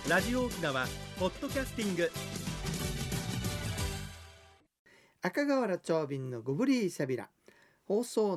ラジオ沖縄ポッドキャスティング、 赤瓦長瓶のゴブリーサビラ、放送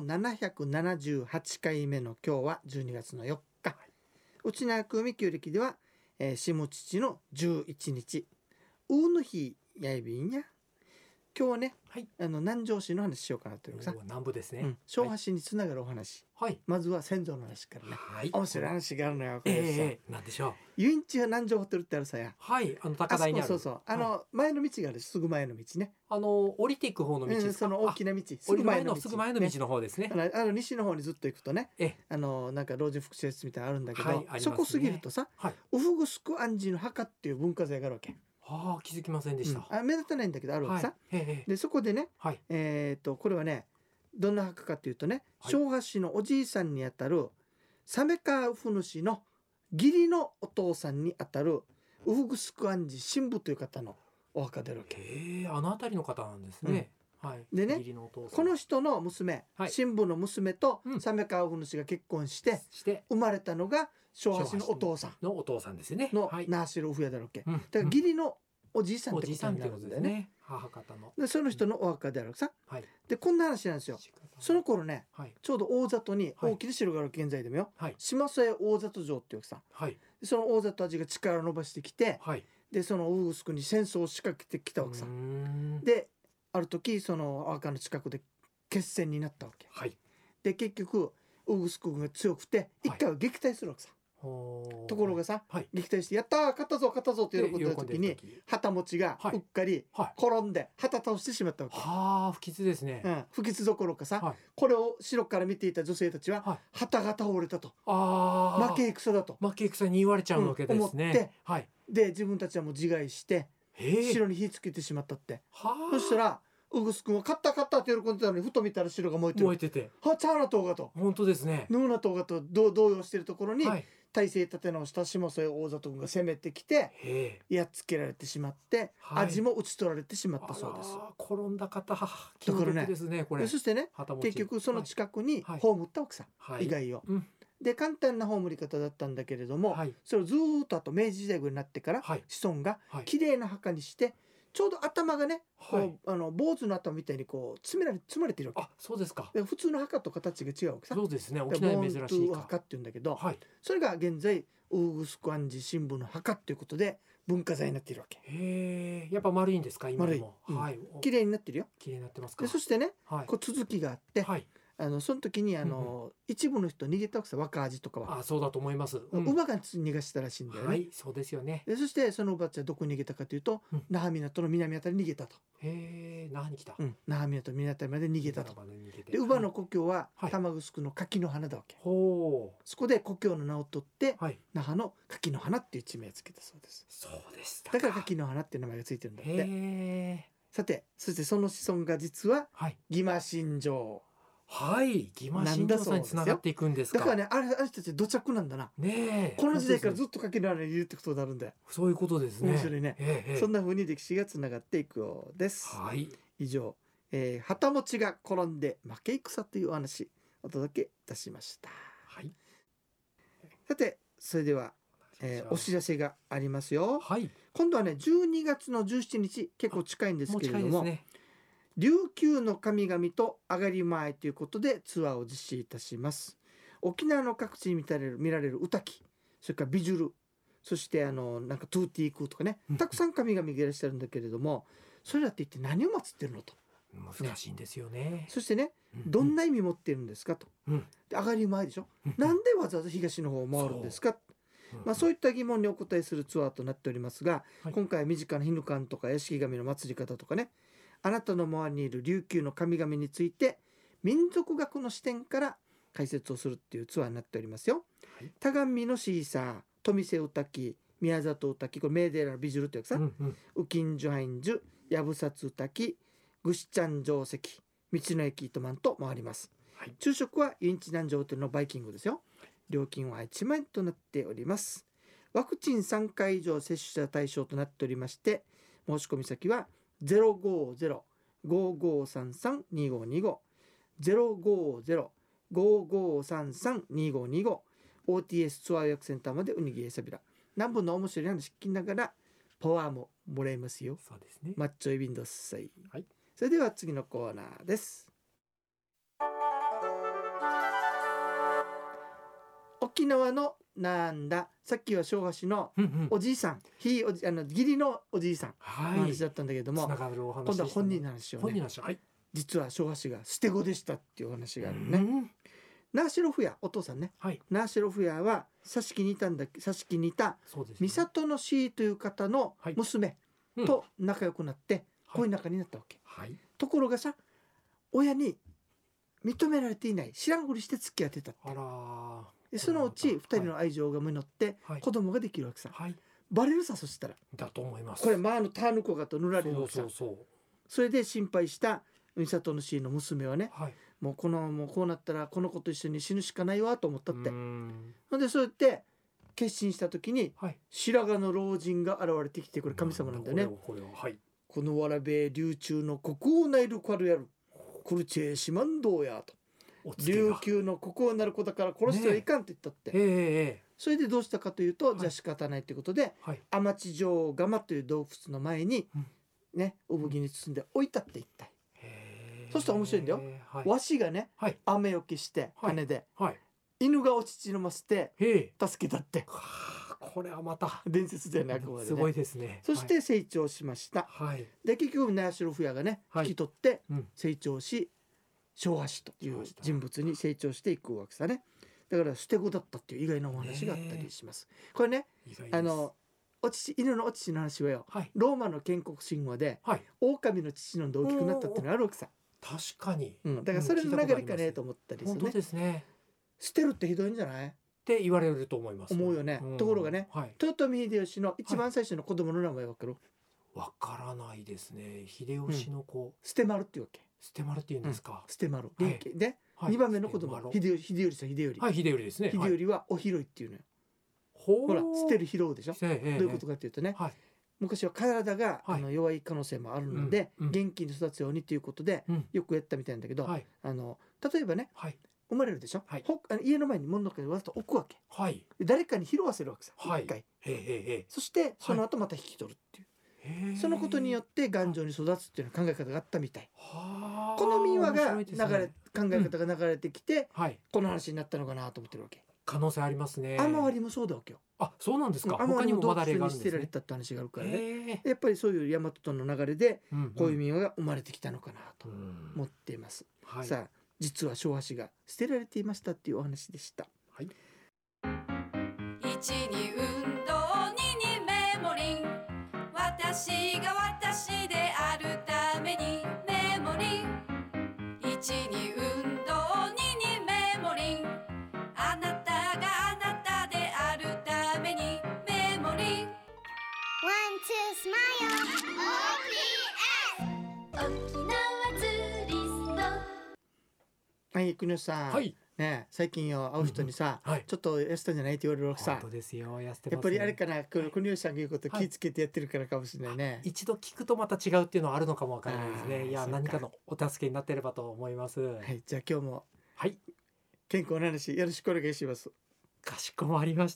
778回目の今日は12月の4日、内縄組旧暦では、下父の11日ウの日やいびんや。今日はね、 はい、 南城市の話しようかなというさ、 南部ですね、 昭和市につながるお話、 はい、 まずは先祖の話からね、 はい、 面白い話があるのよ。これさ、 なんでしょう。 ユインチは南城ホテルってあるさや、 はい、高台にある、 そうそう、前の道がある、すぐ前の道ね、 降りていく方の道ですか。 その大きな道、 すぐ前の道の方ですね。 西の方にずっと行くとね、なんか老人福祉施設みたいなのあるんだけど、 はい、 そこ過ぎるとさ、ウフグスクアンジの墓っていう文化財があるわけ。 気づきませんでした。 目立たないんだけどあるわけさ。でそこでね、これはね、どんな墓かっていうとね、昭和市のおじいさんにあたる鮫川ウフ主の義理のお父さんにあたるウフグスクアンジ神父という方のお墓であるわけ。 あの辺りの方なんですね。 でね、この人の娘、神父の娘と鮫川ウフ主が結婚して生まれたのが昭和市のお父さんですね。 のナーシルウフヤだろうけ。だから義理のおじいさんってことになるんだよね。 母方の。 でその人のお墓であるさ。でこんな話なんですよ。その頃ね、ちょうど大里に大きな城がある現在でもよ。下添大里城っていうさ。その大里味が力を伸ばしてきて、でそのウグスクに戦争を仕掛けてきたわけさ。である時そのお墓の近くで決戦になったわけ。で結局ウグスク軍が強くて一回は撃退するわけさ。ところがさ、撃退してやったー勝ったぞ勝ったぞって喜んだ時に旗持ちがうっかり転んで旗倒してしまったわけ。 不吉ですね。 不吉どころかさ、これを城から見ていた女性たちは旗が倒れたと、負け戦だと負け戦に言われちゃうわけですね。 思って、で自分たちはもう自害して城に火つけてしまったって。そしたらウグス君は勝ったって喜んでたのに、ふと見たら城が燃えてて、チャーナ島がと、 本当ですね、 ヌーナ島がと動揺しているところに、体勢立て直した下添大里軍が攻めてきてやっつけられてしまって、味も討ち取られてしまったそうです。 転んだ方気の毒ですね、これ。 そしてね、結局その近くに葬った奥さん、遺骸を。で簡単な葬り方だったんだけれども、それをずっとあと明治時代ぐらいになってから、子孫がきれいな墓にして、ちょうど頭がね、坊主の頭みたいにこう積まれているわけ。 そうですか。 普通の墓と形が違うわけさ。 そうですね、沖縄珍しい墓っていうんだけど、それが現在ウグスクアンジ神父の墓っていうことで文化財になっているわけ。 やっぱ丸いんですか、今でも。 綺麗になってるよ。 綺麗になってますか。 でそしてね、こう続きがあって、その時に一部の人逃げたわけさ、若味とかは。 そうだと思います。 馬が逃がしたらしいんだよね。 そうですよね。 でそしてその馬たちはどこに逃げたかというと、那覇港の南あたりに逃げたと。 那覇に来た。 那覇港南あたりまで逃げたと。で馬の故郷は玉城の柿の花だわけ。そこで故郷の名を取って那覇の柿の花っていう地名をつけたそうです。 そうです。 だから柿の花っていう名前がついてるんだって。さて、そしてその子孫が実は義馬新庄。 義馬新庄さんにつながっていくんですか。 だからね、あれたち土着なんだな。この時代からずっと柿の花にいるってことになるんだよ。 そういうことですね。 面白いね。そんな風に歴史がつながっていくようです。以上、旗持ちが転んで負け戦というお話お届けいたしました。さて、それでは、お知らせがありますよ。今度はね、12月の17日、結構近いんですけれども、琉球の神々と上がり前ということでツアーを実施いたします。沖縄の各地に見られる歌き、それからビジュル、そしてなんかトゥーティークとかね、たくさん神々がいらっしゃるんだけれども、それらって一体何を祀ってるのと。 難しいんですよね。 そしてね、どんな意味持ってるんですかと。上がり前でしょ。なんでわざわざ東の方を回るんですか。そういった疑問にお答えするツアーとなっておりますが、今回は身近なヒヌカンとか屋敷神の祭り方とかね、あなたの周りにいる琉球の神々について民族学の視点から解説をするっていうツアーになっておりますよ。田上のシーサー、富瀬歌き、宮里歌き、これメーデーラのビジュルというかさ、ウキンジュハインジュ、ヤブサツ歌き、グシチャン定石、道の駅糸満と回ります。昼食はユンチ南城ホテルのバイキングですよ。料金は1万円となっております。ワクチン3回以上接種者対象となっておりまして、申し込み先は050-5533-2525 050-5533-2525 OTS ツアー予約センターまでウニギエサビラ南部の面白い話聞きながらパワーももらえますよ。 そうですね。 マッチョイビンドッサイ、 はい、 それでは次のコーナーです。沖縄のなんだ、さっきは昭和市のおじいさん、義理のおじいさんの話だったんだけども、 つながるお話今度は本人の話をね。 はい、 実は昭和市が捨て子でしたっていうお話があるね。ナーシロフヤ、お父さんね、 はい、 ナーシロフヤは佐敷にいた美里の市という方の娘と仲良くなって恋仲になったわけ、 はい、 ところがさ、親に認められていない、知らんふりして付き合ってたって。 あら、 でそのうち2人の愛情が実って子供ができるわけさ、 はい、 バレるさ、そしたらだと思います。 これターヌコがと塗られるわけさ。それで心配した美里の市の娘はね、 はい、 もうこうなったらこの子と一緒に死ぬしかないわと思ったって。でそうやって決心した時に、はい、白髪の老人が現れてきて、これ神様なんだよね。 はい、 このわらべ琉球の国王なる子やるクルチェシマンドーやと、琉球の国王になる子だから殺してはいかんって言ったって、それでどうしたかというと、じゃあ仕方ないということで、天地城ガという洞窟の前にね、産着に包んで置いたって一体。そうしたら面白いんだよ。わしがね、雨よけして羽で、犬がお乳飲ませて助けたって。 これはまた伝説じゃなくて、 すごいですね。 そして成長しました。で結局ナーシロフヤがね引き取って成長し、昭和氏という人物に成長していくわけさね。だから捨て子だったっていう意外なお話があったりします。これね、犬のお乳の話はよ、ローマの建国神話で狼の乳飲んで大きくなったっていうのがあるわけさ。 確かに、 だからそれの流れかねと思ったりするね。 本当ですね。 捨てるってひどいんじゃないって言われると思います。 思うよね。ところがね、豊臣秀吉の一番最初の子供の名前わかる？ わからないですね。秀吉の子、 捨て丸っていうわけ。 捨て丸って言うんですか。 捨て丸。で、2番目の子供秀頼さ、秀頼。 秀頼ですね。 秀頼はお拾いっていうのよ。ほら、捨てる拾うでしょ。どういうことかっていうとね、昔は体が弱い可能性もあるので、元気に育つようにということでよくやったみたいなんだけど、例えばね、生まれるでしょ、家の前に物の中にわざと置くわけ、誰かに拾わせるわけさ、一回。そしてその後また引き取るっていう、そのことによって頑丈に育つっていう考え方があったみたい。この民話が考え方が流れてきて、この話になったのかなと思ってるわけ。 可能性ありますね。 雨割りもそうだわけよ。 あ、そうなんですか。 他にもまだ例があるんですね。 捨てられたって話があるからね。やっぱりそういう大和との流れでこういう民話が生まれてきたのかなと思っています。さあ、実は昭和氏が捨てられていましたっていうお話でした。 1に運動2にメモリン、私が私であるためにメモリン、1に運動2にメモリン、あなたがあなたであるためにメモリン。 One, two, smile OPS 沖縄ツーリスト。 はい、国吉さん、ね、最近よ会う人にさ、ちょっと痩せたんじゃないって言われるわけさ。 本当ですよ、痩せてますね。 やっぱりあれかな、国吉さんが言うこと気ぃつけてやってるからかもしれないね。 一度聞くとまた違うっていうのはあるのかもわからないですね。いや、何かのお助けになっていればと思います。はい、 じゃあ今日も健康の話よろしくお願いします。 かしこまりました。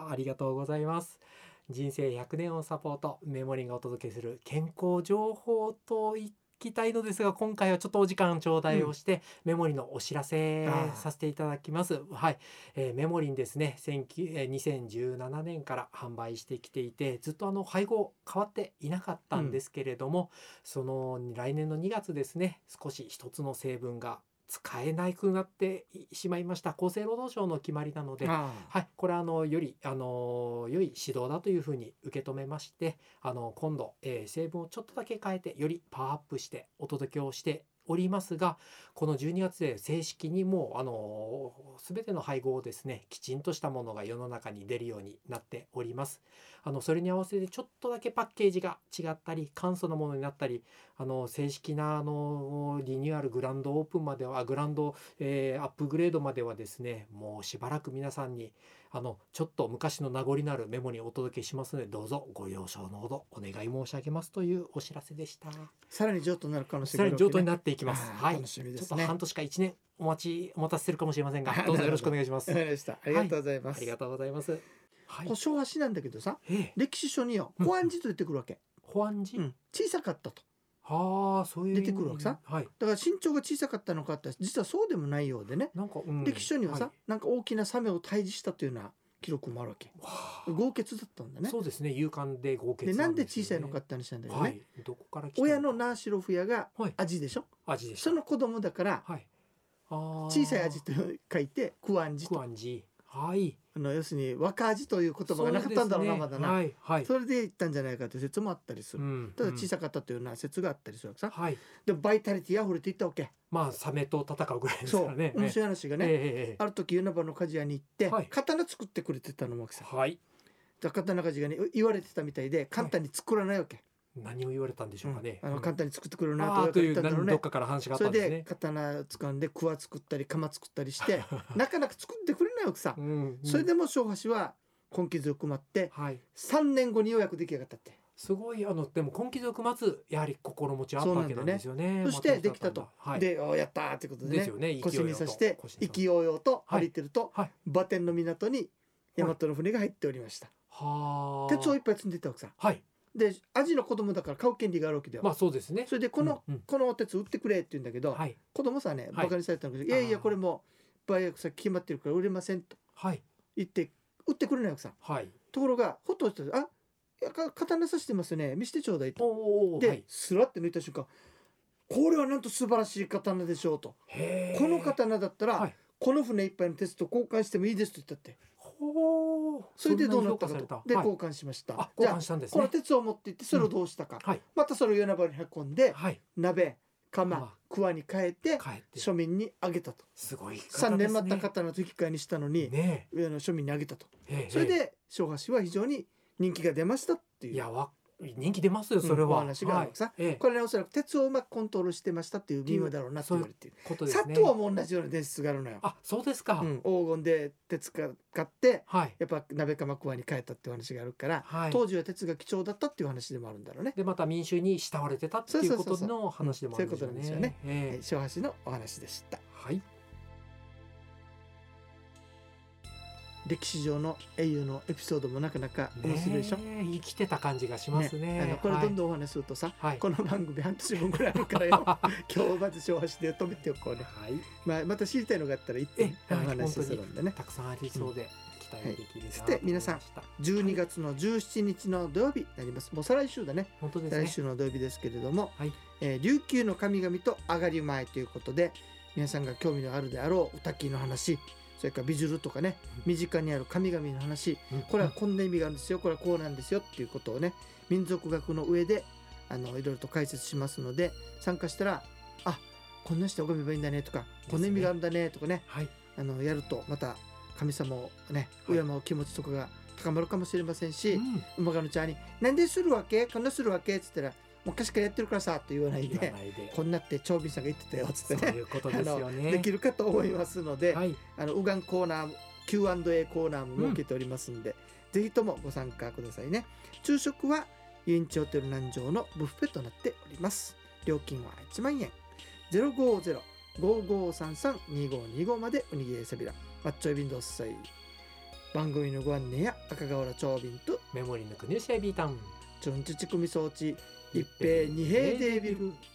ありがとうございます。人生100年をサポート、メモリーがお届けする健康情報といきたいのですが、今回はちょっとお時間頂戴をして、メモリのお知らせさせていただきます。メモリンですね、2017年から販売してきていて、ずっと配合変わっていなかったんですけれども、その来年の2月ですね、少し一つの成分が使えなくなってしまいました。厚生労働省の決まりなので、これはより良い指導だというふうに受け止めまして、今度、成分をちょっとだけ変えてよりパワーアップしてお届けをしておりますが、この12月で正式にもう全ての配合をですね、きちんとしたものが世の中に出るようになっております。それに合わせてちょっとだけパッケージが違ったり、簡素なものになったり、正式なリニューアルグランドオープンまではグランド、アップグレードまではですね、もうしばらく皆さんにちょっと昔の名残なるメモにお届けしますので、どうぞご了承のほどお願い申し上げますというお知らせでした。 さらに譲渡になる可能性があるわけね。さらに譲渡になっていきます。 楽しみですね。 ちょっと半年か1年お待たせするかもしれませんが、どうぞよろしくお願いします。 ありがとうございます。 ありがとうございます。 はいこう昭和史なんだけどさ、 ええ歴史書にようん保安寺と出てくるわけ、 保安寺、 小さかったと。 はあそういう出てくるわけさ。 はいだから身長が小さかったのかって実はそうでもないようでね、 なんか、 歴史書にはさ、 いなんか大きなサメを退治したというような記録もあるわけ。 わあ豪傑だったんだね。 そうですね勇敢で豪傑でなんですよね小さいのかって話なんだけどね、 はいどこから来た親のナーシロフヤがはいアジでしょ、 味でしたその子供だからはいあ小さいアジと書いてクワンジと、 クワンジはい要するに若アジという言葉がなかったんだろうな、まだな、 はいはいそれで言ったんじゃないかという説もあったりする、 んただ小さかったというような説があったりするわけさ。 はいでバイタリティあふれていったわけ。 まあサメと戦うぐらいですそうからね面白い話がね、 ええある時湯葉の鍛冶屋に行って、 はい刀作ってくれてたのもわけさ。 はいだから刀鍛冶がね言われてたみたいで簡単に作らないわけ、 何を言われたんでしょうかね、 簡単に作ってくれるなああというと言われたんだろうね。 どっかから話があっそれでたんですね刀掴んでクワ作ったり鎌作ったりしてなかなか作ってくれないわけさ、それででも小橋は根気強く待ってはい 3年後にようやく出来上がったって。 すごいでも根気強く待つやはり心持ちあったわけなんですよね。 そしてできたと、 はい、 でやったーってことでねですよね。 腰に刺して意気を揚々と歩いてると、 はい馬天の港に大和の船が入っておりました。 はあ。 鉄をいっぱい積んでいったわけさ。 はい。 でアジの子供だから買う権利があるわけだよ。 まあそうですね。 それでこの鉄売ってくれって言うんだけど、 はい子供さねはいバカにされたのけど、いやいやこれもう売約先決まってるから売れませんとはい言って売ってくれないわけさ。 はい。 ところがほっとしてあいや刀刺してますね見せてちょうだいと。で、 おおはい。 スラって抜いた瞬間これはなんと素晴らしい刀でしょうと。 へえ。 この刀だったら、 はいこの船一杯の鉄と交換してもいいですと言ったって。 ほう。 それでどうなったかそん評価されと。で、 はい交換しました。 あじゃあ交換したんですこのね。 鉄を持って行ってそれをどうしたか、 はいまたそれを与那原に運んではい。 鍋まあ釜桑に変えて帰って庶民にあげたと。 すごい方です 3 ね。 年待った刀と引き換えにしたのに、 ね庶民にあげたと。 え。 それで小橋は非常に人気が出ましたっていういや人気出ますよそれは。 お話があるわけさ、 はいええこれねおそらく鉄をうまくコントロールしてましたっていう理由だろうなって言われている。 ことですね。 佐藤も同じような伝説があるのよ。 あそうですか。 黄金で鉄買ってはい。 やっぱ鍋釜桑に変えたっていう話があるから、 はい。 当時は鉄が貴重だったっていう話でもあるんだろうね。 でまた民衆に慕われてたっていうことの話でもあるんでしょうね。 そういうことなんですよねええ小橋のお話でした。 はい。 歴史上の英雄のエピソードもなかなか面白いでしょ。 ねえ生きてた感じがしますね。 これどんどんお話しするとさ、 はい。 この番組半年分ぐらいあるからよ今日まず小橋で止めておこうね。 はい。 また知りたいのがあったら言っておはい話しするんでね。 たくさんありそうで期待できるなとそして皆さん思いました 12月の17日の土曜日になります。もう再来週だね。 本当ですね。 来週の土曜日ですけれども、 はい。 琉球の神々と上がり前ということで皆さんが興味のあるであろうお滝の話、それからビジュルとかね、身近にある神々の話、これはこんな意味があるんですよ、これはこうなんですよっていうことをね、民族学の上でいろいろと解説しますので、参加したらあこんなして拝めばいいんだねとか、こんな意味があるんだねとかね、 はい。 やるとまた神様をねはい敬う気持ちとかが高まるかもしれませんし、 うん馬鹿のちゃんに「なんでするわけこんなするわけ?」っつったら「昔からやってるからさ」って言わない言わでないで 「こんなって長兵衛さんが言ってたよ」っつってねそういうことですよね。 できるかと思いますので、 はい。 ウガンコーナー Q&A コーナーも設けておりますんで、ぜひともご参加くださいね。昼食はユインチホテル南城のブッフェとなっております。料金は1万円。050-5533-2525までおにぎりサビラマッチョイビンドッサイ。番組のご案内や赤瓦長瓶とメモリーの国シェビータウン。 チョンチュチクミ装置一平二平デービル。